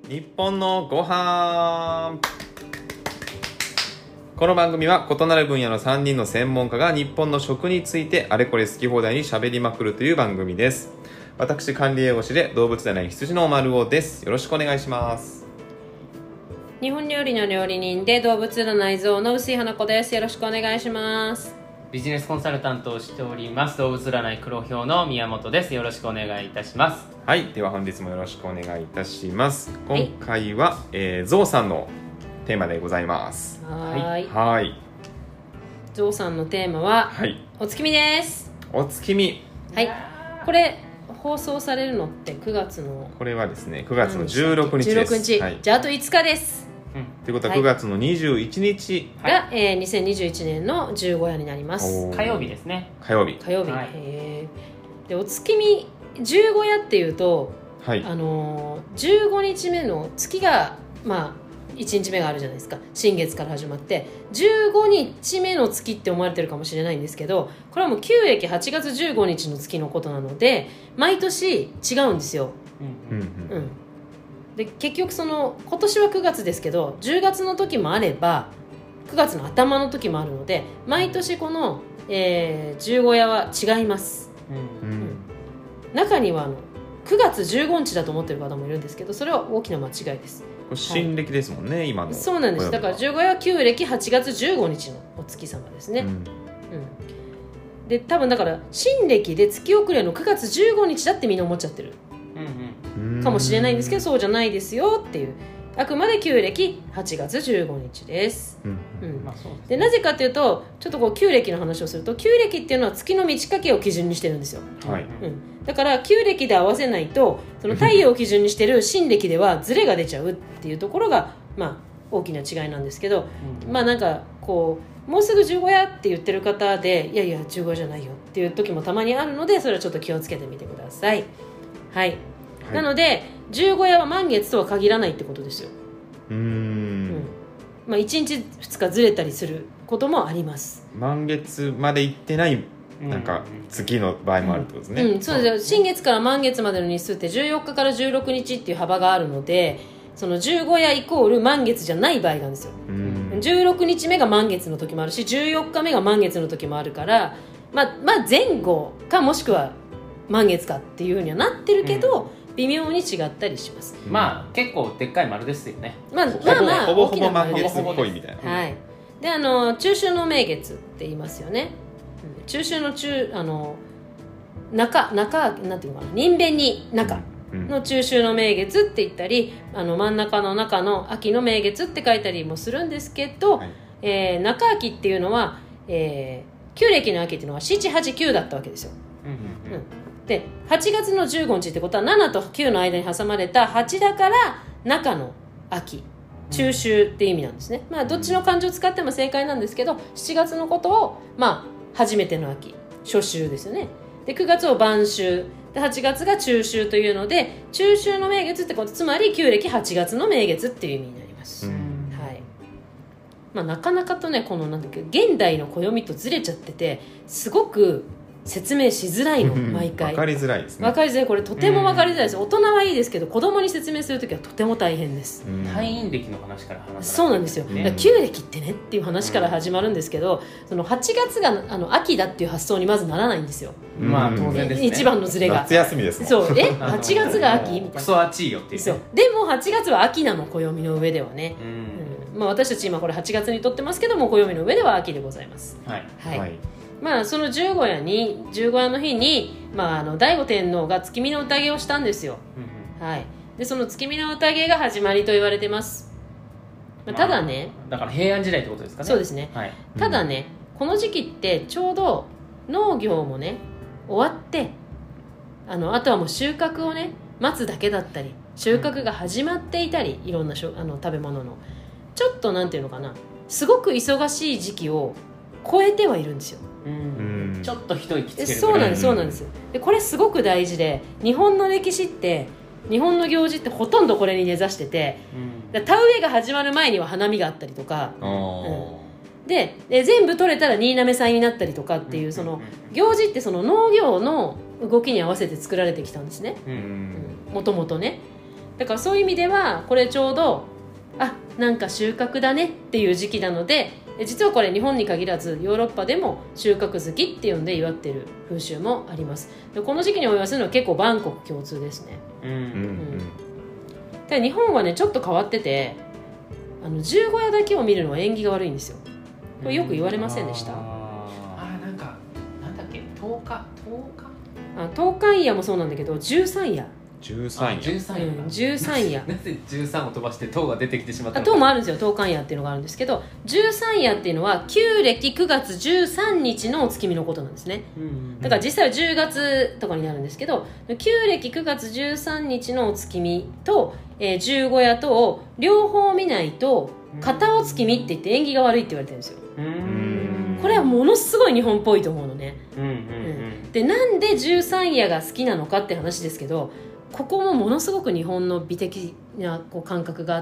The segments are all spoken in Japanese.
日本のご飯。この番組は異なる分野の3人の専門家が日本の食についてあれこれ好き放題に喋りまくるという番組です。私、管理栄養士で動物でない羊の丸尾です。よろしくお願いします。 日本料理の料理人で動物占い像の薄井花子です。よろしくお願いします。 ビジネスコンサルタントをしております動物占い黒豹の宮本です。よろしくお願いいたします。 はい、では本日もよろしくお願いいたします。今回は、ゾウさんのテーマでございます。はい。 ゾウさんのテーマは、 はい、 お月見です。 お月見。 はい。これ放送されるのって9月のこれはですね9月の16日です。 16日、 はい、 じゃああと5日です。 ということは9月の21日、 が、2021年の15夜になります。 火曜日ですね。 火曜日、 はい、でお月見15夜っていうと、 はい、 15日目の月が1日目があるじゃないですか。新月から始まって15日目の月って思われてるかもしれないんですけど、これはもう旧暦8月15日の月のことなので毎年違うんですよ。で結局今年は9月ですけど10月の時もあれば9月の頭の時もあるので毎年この、15夜は違います。中には9月15日だと思ってる方もいるんですけど、それは大きな間違いです。 新暦ですもんね、今の。 そうなんです。だから15夜は旧暦8月15日のお月様ですね。で多分だから新暦で月遅れの9月15日だってみんな思っちゃってるかもしれないんですけど、そうじゃないですよっていう。あくまで旧暦8月15日です。でなぜかというと、ちょっと旧暦の話をすると、旧暦っていうのは月の満ち欠けを基準にしてるんですよ。だから旧暦で合わせないと、その太陽を基準にしてる新暦ではズレが出ちゃうっていうところが、大きな違いなんですけど、なんかもうすぐ15夜って言ってる方で、いやいや15夜じゃないよっていう時もたまにあるので、それはちょっと気をつけてみてください。なので15夜は満月とは限らないってことですよ。1日2日ずれたりすることもあります。 満月まで行ってないなんか月の場合もあるってことですね。 そうですよ。新月から満月までの日数って14日から16日っていう幅があるので、その15夜イコール満月じゃない場合なんですよ。16日目が満月の時もあるし、14日目が満月の時もあるから、前後かもしくは満月かっていう風にはなってるけど、微妙に違ったりします。 結構でっかい丸ですよね。 ほぼほぼ満月っぽいみたいな。 で中秋の名月って言いますよね。中秋の中なんていうのかな、人弁に中の中秋の名月って言ったり、真ん中の中の秋の名月って書いたりもするんですけど、中秋っていうのは、旧暦の秋っていうのは7、8、9だったわけですよ。で8月の15日ってことは7と9の間に挟まれた8だから中の秋、中秋って意味なんですね。どっちの漢字を使っても正解なんですけど、7月のことを初めての秋、初秋ですよね。で9月を晩秋で、8月が中秋というので、中秋の名月ってこと、つまり旧暦8月の名月っていう意味になります。なかなかとね、このなんだっけ、現代の暦とずれちゃってて、すごく説明しづらいの、毎回。 分かりづらいですね。 分かりづらい。これとても分かりづらいです。大人はいいですけど、子供に説明するときはとても大変です。 太陰暦の話から話そうなんですよ。旧暦ってねっていう話から始まるんですけど、その8月が秋だっていう発想にまずならないんですよ。 当然ですね。 一番のズレが夏休みですもん。 そう8月が秋みたいな。 クソ暑いよっていう。 そうでも8月は秋なの、暦の上ではね。私たち今これ8月に撮ってますけども、暦の上では秋でございます。その15夜の日に、醍醐天皇が月見の宴をしたんですよ。でその月見の宴が始まりと言われてます。ただね、 だから平安時代ってことですかね。 そうですね。ただね、この時期ってちょうど農業もね終わって、あとはもう収穫をね待つだけだったり、収穫が始まっていたり、いろんな食べ物のちょっとなんていうのかな、すごく忙しい時期を超えてはいるんですよ。 ちょっと一息つける。 そうなんです。でこれすごく大事で、日本の歴史って日本の行事ってほとんどこれに根ざしてて、田植えが始まる前には花見があったりとか、で全部取れたら新滑祭になったりとかっていう、その行事ってその農業の動きに合わせて作られてきたんですね、もともとね。 だからそういう意味ではこれちょうどなんか収穫だねっていう時期なので、実はこれ日本に限らずヨーロッパでも収穫月って呼んで祝っている風習もあります。でこの時期にお祝いするのは結構万国共通ですね。ただ日本はねちょっと変わってて、十五夜だけを見るのは縁起が悪いんですよ。これよく言われませんでした？ なんだっけ、10日 10日夜もそうなんだけど、13夜 13夜なぜ13を飛ばして10が出てきてしまったのか。 10もあるんですよ。10日夜っていうのがあるんですけど、13夜っていうのは旧暦9月13日のお月見のことなんですね。だから実際は10月とかになるんですけど、旧暦9月13日のお月見と、十五夜とを両方見ないと片お月見って言って縁起が悪いって言われてるんですよ。これはものすごい日本っぽいと思うのね。でなんで13夜が好きなのかって話ですけど、ここもものすごく日本の美的な感覚があって、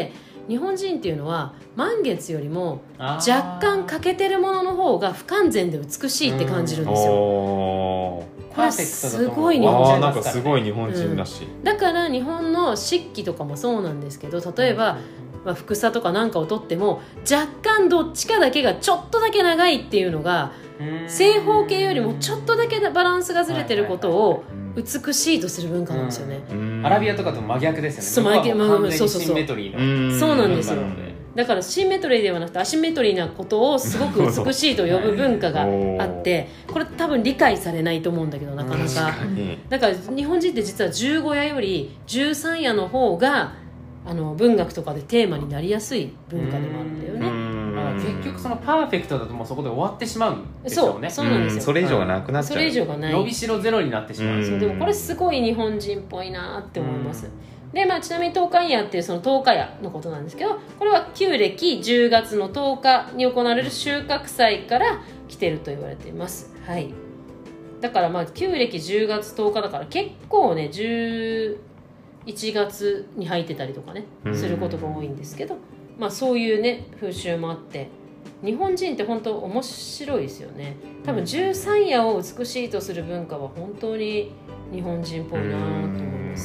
日本人っていうのは満月よりも若干欠けてるものの方が不完全で美しいって感じるんですよ。これすごい日本人なんかすごい日本人らしい、 だから日本の漆器とかもそうなんですけど、例えば、ふくさとかなんかを取っても若干どっちかだけがちょっとだけ長いっていうのが正方形よりもちょっとだけバランスがずれてることを美しいとする文化なんですよね。 アラビアとかと真逆ですよね。 そう、 シンメトリーのそうなんですよ。だからシンメトリーではなくてアシンメトリーなことをすごく美しいと呼ぶ文化があってこれ多分理解されないと思うんだけど、なかなかだから日本人って実は十五夜より13夜の方が文学とかでテーマになりやすい文化でもあるんだよね。 結局そのパーフェクトだともうそこで終わってしまうんでしょうね。 そうなんですよ。 それ以上がなくなっちゃう。 それ以上がない。 伸びしろゼロになってしまう。 でもこれすごい日本人っぽいなって思います。でちなみに10日夜っていうその10日夜のことなんですけど、これは旧暦10月の10日に行われる収穫祭から来てると言われています。はい。だから旧暦10月10日だから結構ね11月に入ってたりとかねすることが多いんですけど、そういうね風習もあって、日本人って本当面白いですよね。多分13夜を美しいとする文化は本当に日本人っぽいなと思います。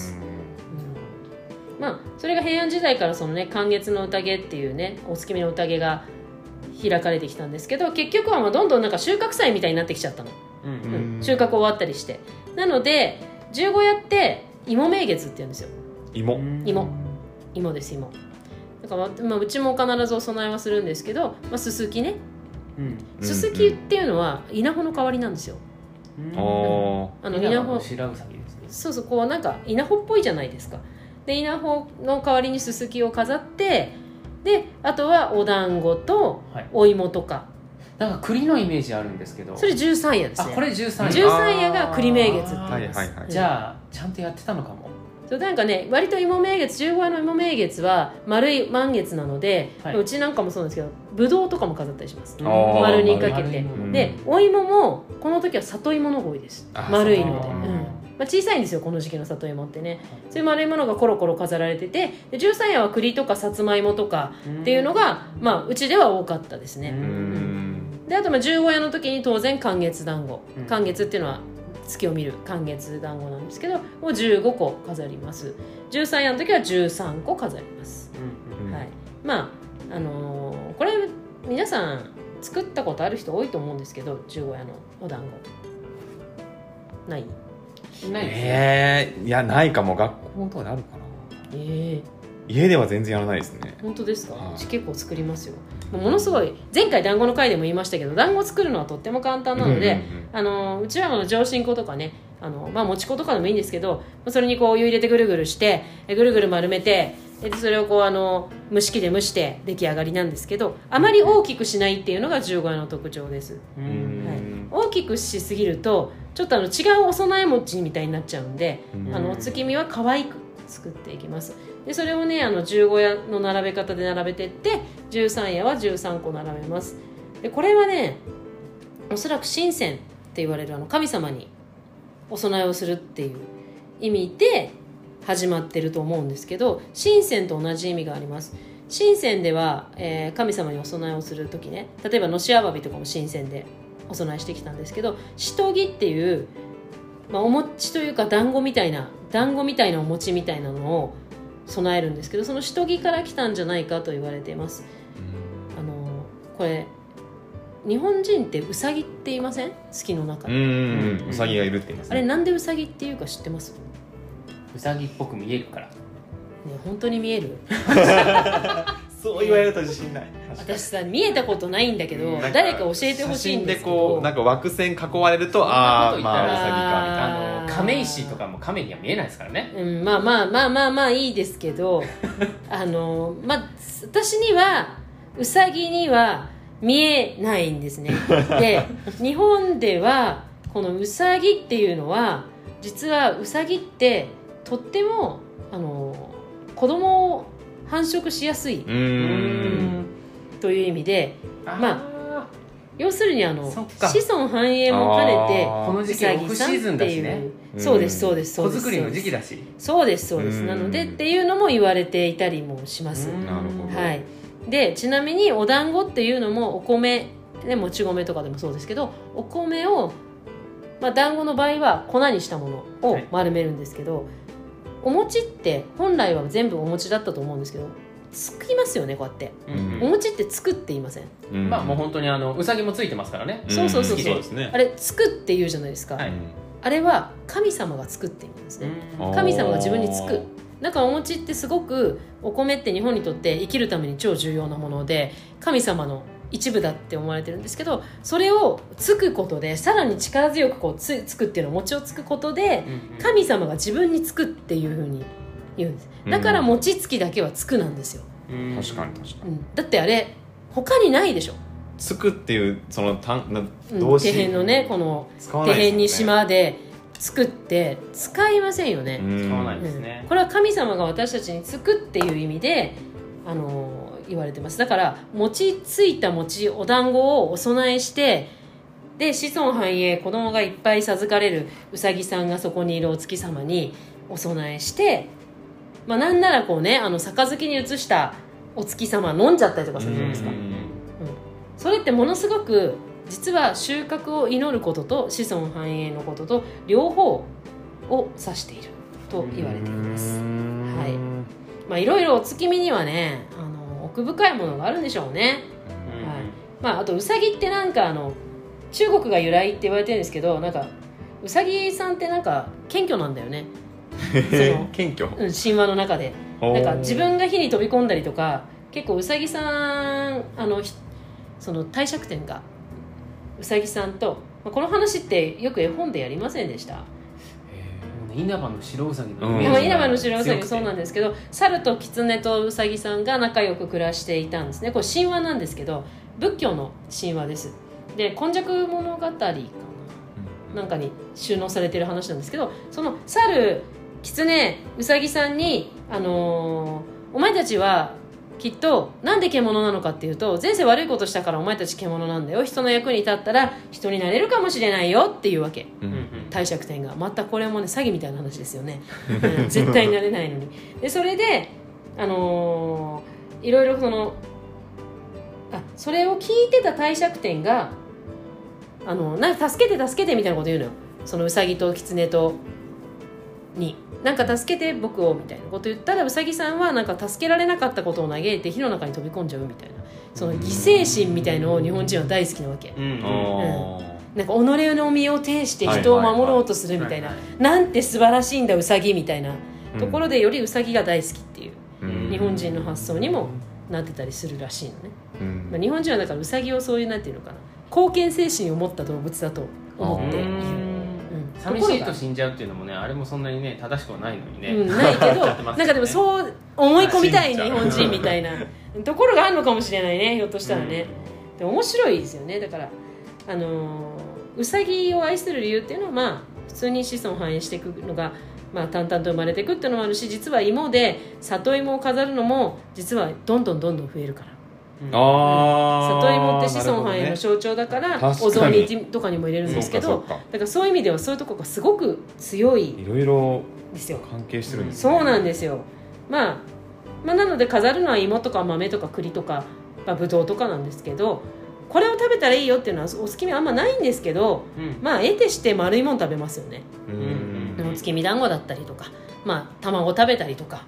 それが平安時代からそのね寒月の宴っていうねお月見の宴が開かれてきたんですけど、結局はどんどんなんか収穫祭みたいになってきちゃったの。収穫終わったりして、なので十五夜って芋名月って言うんですよ。芋です。芋だから、うちも必ずお供えはするんですけど、すすきね、すすきっていうのは稲穂の代わりなんですよ。稲穂白うさぎですね。 そうこうなんか稲穂っぽいじゃないですか。で稲穂の代わりにすすきを飾って、であとはお団子とお芋とか、 なんか栗のイメージあるんですけど、 それ13夜ですね。 これ13夜。 13夜が栗名月って言います。 じゃあちゃんとやってたのかも。 なんかね割と芋名月、十五夜の芋名月は丸い満月なので、うちなんかもそうなんですけどぶどうとかも飾ったりします。丸にかけて。でお芋もこの時は里芋の方が多いです。丸いので、小さいんですよこの時期の里芋ってね。そういう丸いものがコロコロ飾られてて、で13夜は栗とかさつまいもとかっていうのがうちでは多かったですね。であと十五夜の時に当然寒月団子、寒月っていうのは月を見る寒月団子なんですけど、を15個飾ります。13夜の時は13個飾ります。これ皆さん作ったことある人多いと思うんですけど、十五夜のお団子ないですね。いやないかも。学校とかであるかな。家では全然やらないですね。 本当ですか？うち結構作りますよ。ものすごい前回団子の回でも言いましたけど、団子作るのはとっても簡単なので、うちは上新粉とかねもち粉とかでもいいんですけど、それにお湯入れてぐるぐるしてぐるぐる丸めて、それを蒸し器で蒸して出来上がりなんですけど、あまり大きくしないっていうのが十五夜の特徴です。大きくしすぎるとちょっと違うお供え餅みたいになっちゃうんで、お月見は可愛く作っていきます。でそれをね十五夜の並べ方で並べていって、13夜は13個並べます。でこれはねおそらく神仙って言われる神様にお供えをするっていう意味で始まってると思うんですけど、神仙と同じ意味があります。神仙では、神様にお供えをする時ね、例えばのしあわびとかも神仙でお供えしてきたんですけど、しとぎっていう、お餅というか団子みたいなお餅みたいなのを備えるんですけど、そのシトギから来たんじゃないかと言われています。これ日本人ってウサギって言いません？月の中でウサギがいるって言いますね。 あれなんでウサギっていうか知ってます？ ウサギっぽく見えるから、 ね、本当に見える？ そう言われると自信ない。 私さ見えたことないんだけど、誰か教えてほしいんですけど、 写真でこうなんか枠線囲われると、ああまあウサギかみたいな。 亀石とかも亀には見えないですからね。 まあいいですけど私にはウサギには見えないんですね。で日本ではこのウサギっていうのは実はウサギってとっても子供を繁殖しやすいという意味で、要するに子孫繁栄も兼ねてこの時期オフシーズンだしね。 そうです子作りの時期だし、 そうですなのでっていうのも言われていたりもします。 なるほど。 はい。でちなみにお団子っていうのもお米でもち米とかでもそうですけど、お米を団子の場合は粉にしたものを丸めるんですけど、お餅って本来は全部お餅だったと思うんですけど、作りますよねこうやって、お餅って作って言いません？ もう本当にウサギもついてますからね。 そうですね。 あれ作って言うじゃないですか、あれは神様が作っているんですね。神様が自分につく。だからお餅ってすごくお米って日本にとって生きるために超重要なもので神様の一部だって思われてるんですけど、それをつくことでさらに力強くつくっていうのを餅をつくことで神様が自分につくっていう風に言うんです。だから餅つきだけはつくなんですよ。 確かに、 だってあれ他にないでしょ。 つくっていうその底辺のねこの底辺に島で作って使いませんよね。 使わないですね。 これは神様が私たちにつくっていう意味で言われてます。だから餅ついた餅お団子をお供えして、で子孫繁栄子供がいっぱい授かれるうさぎさんがそこにいるお月様にお供えして、なんならこうね杯に移したお月様飲んじゃったりとかするじゃないですか。それってものすごく実は収穫を祈ることと子孫繁栄のことと両方を指していると言われています。はい。いろいろお月見にはね奥深いものがあるんでしょうね。はい。あとうさぎってなんか中国が由来って言われてるんですけど、なんかうさぎさんってなんか謙虚なんだよね。 謙虚。 神話の中でなんか自分が火に飛び込んだりとか、結構うさぎさんその帝釈天がうさぎさんと、この話ってよく絵本でやりませんでした？ 稲葉の白うさぎのイメージ稲葉の白うさぎそうなんですけど、猿と狐とうさぎさんが仲良く暮らしていたんですね。これ神話なんですけど仏教の神話です。で今昔物語かな、なんかに収納されている話なんですけど、その猿狐うさぎさんにお前たちはきっとなんで獣なのかっていうと、前世悪いことしたからお前たち獣なんだよ、人の役に立ったら人になれるかもしれないよっていうわけ、帝釈天が。またこれもね詐欺みたいな話ですよね、絶対になれないのに。でそれでいろいろそれを聞いてた帝釈天がなんか助けて助けてみたいなこと言うのよ。そのうさぎと狐とになんか助けて僕をみたいなこと言ったら、うさぎさんはなんか助けられなかったことを嘆いて火の中に飛び込んじゃうみたいな、その犠牲心みたいのを日本人は大好きなわけ。なんか己の身を挺して人を守ろうとするみたいな、なんて素晴らしいんだうさぎみたいなところでよりうさぎが大好きっていう日本人の発想にもなってたりするらしいのね。日本人はだからうさぎをそういうなんていうのかな、貢献精神を持った動物だと思っている。 寂しいと死んじゃうっていうのもね、あれもそんなにね正しくはないのにね、 ないけどなんかでもそう思い込みたい日本人みたいなところがあるのかもしれないね、ひょっとしたらね。でも面白いですよね。だからうさぎを愛する理由っていうのは普通に子孫繁栄していくのが淡々と生まれていくっていうのもあるし、実は芋で里芋を飾るのも実はどんどん増えるから。里芋って子孫繁栄の象徴だから、お雑煮とかにも入れるんですけど、だからそういう意味ではそういうところがすごく強いいろいろですよ。 関係してるんですね。 そうなんですよ。なので飾るのは芋とか豆とか栗とか、ぶどうとかなんですけど、これを食べたらいいよっていうのはお月見あんまないんですけど、得てして丸いもん食べますよね。お月見団子だったりとか、卵食べたりとか、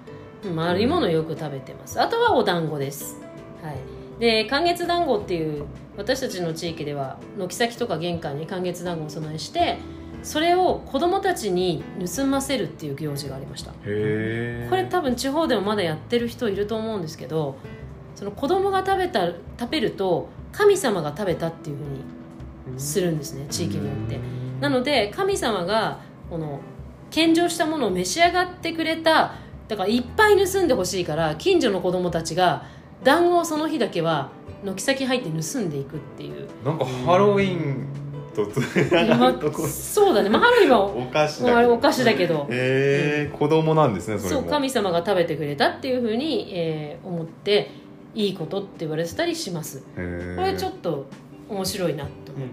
丸いものをよく食べてます。あとはお団子です、はい、で寒月団子っていう私たちの地域では軒先とか玄関に寒月団子をお供えして、それを子供たちに盗ませるっていう行事がありました。 へー。 これ多分地方でもまだやってる人いると思うんですけど、その子供が食べると神様が食べたっていう風にするんですね、地域によって。なので神様がこの献上したものを召し上がってくれた、だからいっぱい盗んでほしいから近所の子供たちが団子をその日だけは軒先入って盗んでいくっていう。 なんかハロウィンとつながるとこ、 そうだね、まあ、ハロウィンはお菓子だけど、 あれお菓子だけど、 子供なんですね、それも。 そう、神様が食べてくれたっていうふうに、思っていいことって言われてたりします。これちょっと面白いなと思って、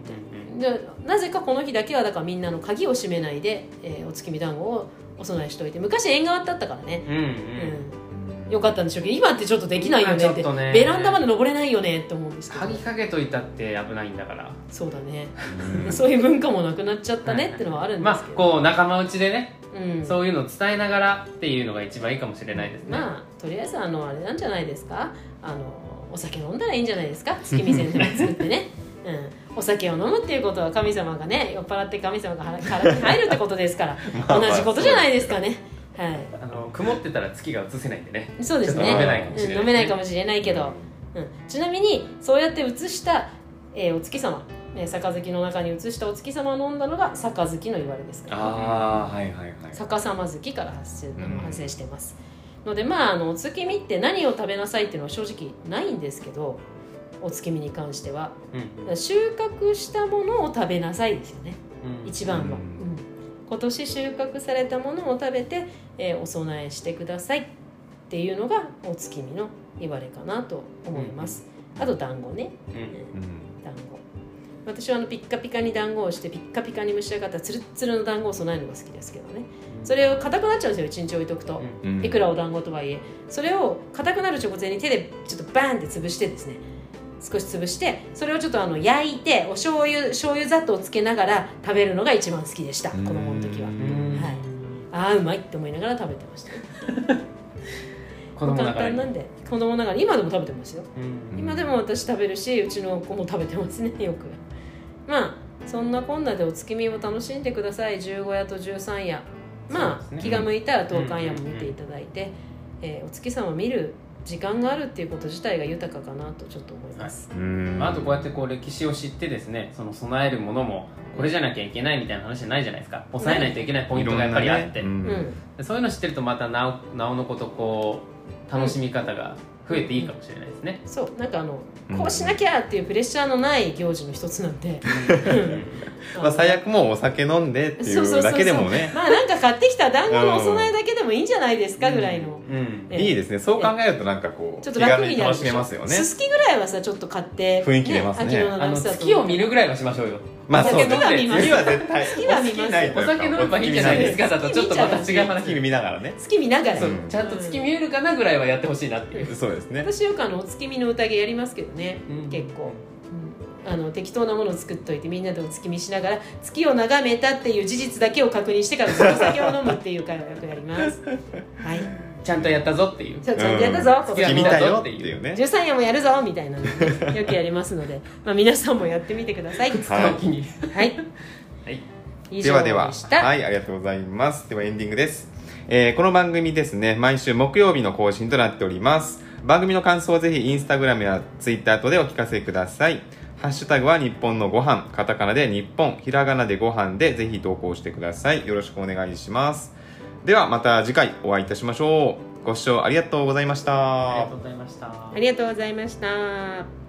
でなぜかこの日だけはだからみんなの鍵を閉めないで、お月見団子をお供えしといて、昔縁側だったからね、よかったんでしょうけど、今ってちょっとできないよねって、 ね、 ベランダまで登れないよねって思うんですけど、 鍵かけといたって危ないんだから。 そうだね、そういう文化もなくなっちゃったねっていうのはあるんですけど、 こう仲間内でね、そういうのを伝えながらっていうのが一番いいかもしれないですね。 まあとりあえずあれなんじゃないですか、お酒飲んだらいいんじゃないですか、月見膳でも作ってねお酒を飲むっていうことは神様がね、酔っ払って神様が体に入るってことですから同じことじゃないですかね。はい、 曇ってたら月が映せないんでね。 そうですね、 飲めないかもしれない、 飲めないかもしれないけど、ちなみにそうやって映した、お月様、杯の中に移したお月様を飲んだのが杯の言われですから、ね、 はいはいはい、 逆さま月から発生してます、のでまあお月見って何を食べなさいっていうのは正直ないんですけど、お月見に関しては、収穫したものを食べなさいですよね、一番は、今年収穫されたものを食べて、お供えしてくださいっていうのがお月見の言われかなと思います、あと団子ね、団子、私はピッカピカに団子をしてピッカピカに蒸し上がったツルッツルの団子を備えるのが好きですけどね、それを硬くなっちゃうんですよ、1日置いとくと、いくらお団子とはいえ、それを硬くなる直前に手でちょっとバーンって潰してですね、少し潰して、それをちょっと焼いてお醤油砂糖をつけながら食べるのが一番好きでした、子供の時は。はい、うまいって思いながら食べてました子供ながら簡単なんで、子供ながら今でも食べてますよ、今でも私食べるし、うちの子も食べてますね、よく。まあそんなこんなでお月見を楽しんでください。十五夜と十三夜、まあ、気が向いたら東海夜も見ていただいて、お月様を見る時間があるっていうこと自体が豊かかなとちょっと思います、 あとこうやって歴史を知ってですね、その備えるものもこれじゃなきゃいけないみたいな話じゃないじゃないですか。抑えないといけないポイントがやっぱりあって、そういうの知ってるとまたなおのこと楽しみ方が増えていいかもしれないですね。 そう、なんかこうしなきゃっていうプレッシャーのない行事の一つなんで、 まあ最悪もうお酒飲んでっていうだけでもね、 まあなんか買ってきた団子のお供えだけでもいいんじゃないですかぐらいの、 いいですね。そう考えるとなんかこうちょっと楽になる楽しめますよね。 すすきぐらいはさちょっと買って雰囲気出ますね。 月を見るぐらいはしましょうよ。 まあそうね。 月は見ます。 月は絶対。 月は見ます。 お酒飲めばいいんじゃないですか。だとちょっとまた違う話。 月見ながらね。 月見ながら。 ちゃんと月見えるかなぐらいはやってほしいなっていう。 そうですね。 私よくお月見の宴やりますけどね。結構。適当なものを作っといてみんなでお月見しながら月を眺めたっていう事実だけを確認してからお酒を飲むっていう会をよくやります。はい。 ちゃんとやったぞっていう。 ちゃんとやったぞ。 月見たよっていうね。 13夜もやるぞみたいなのよくやりますので、まあ皆さんもやってみてください。はい。 でははい、ありがとうございます。ではエンディングです。この番組ですね、毎週木曜日の更新となっております。番組の感想をぜひインスタグラムやツイッター等でお聞かせください。ハッシュタグは日本のご飯、カタカナで日本、ひらがなでご飯でぜひ投稿してください。よろしくお願いします。ではまた次回お会いいたしましょう。ご視聴ありがとうございました。 ありがとうございました。 ありがとうございました。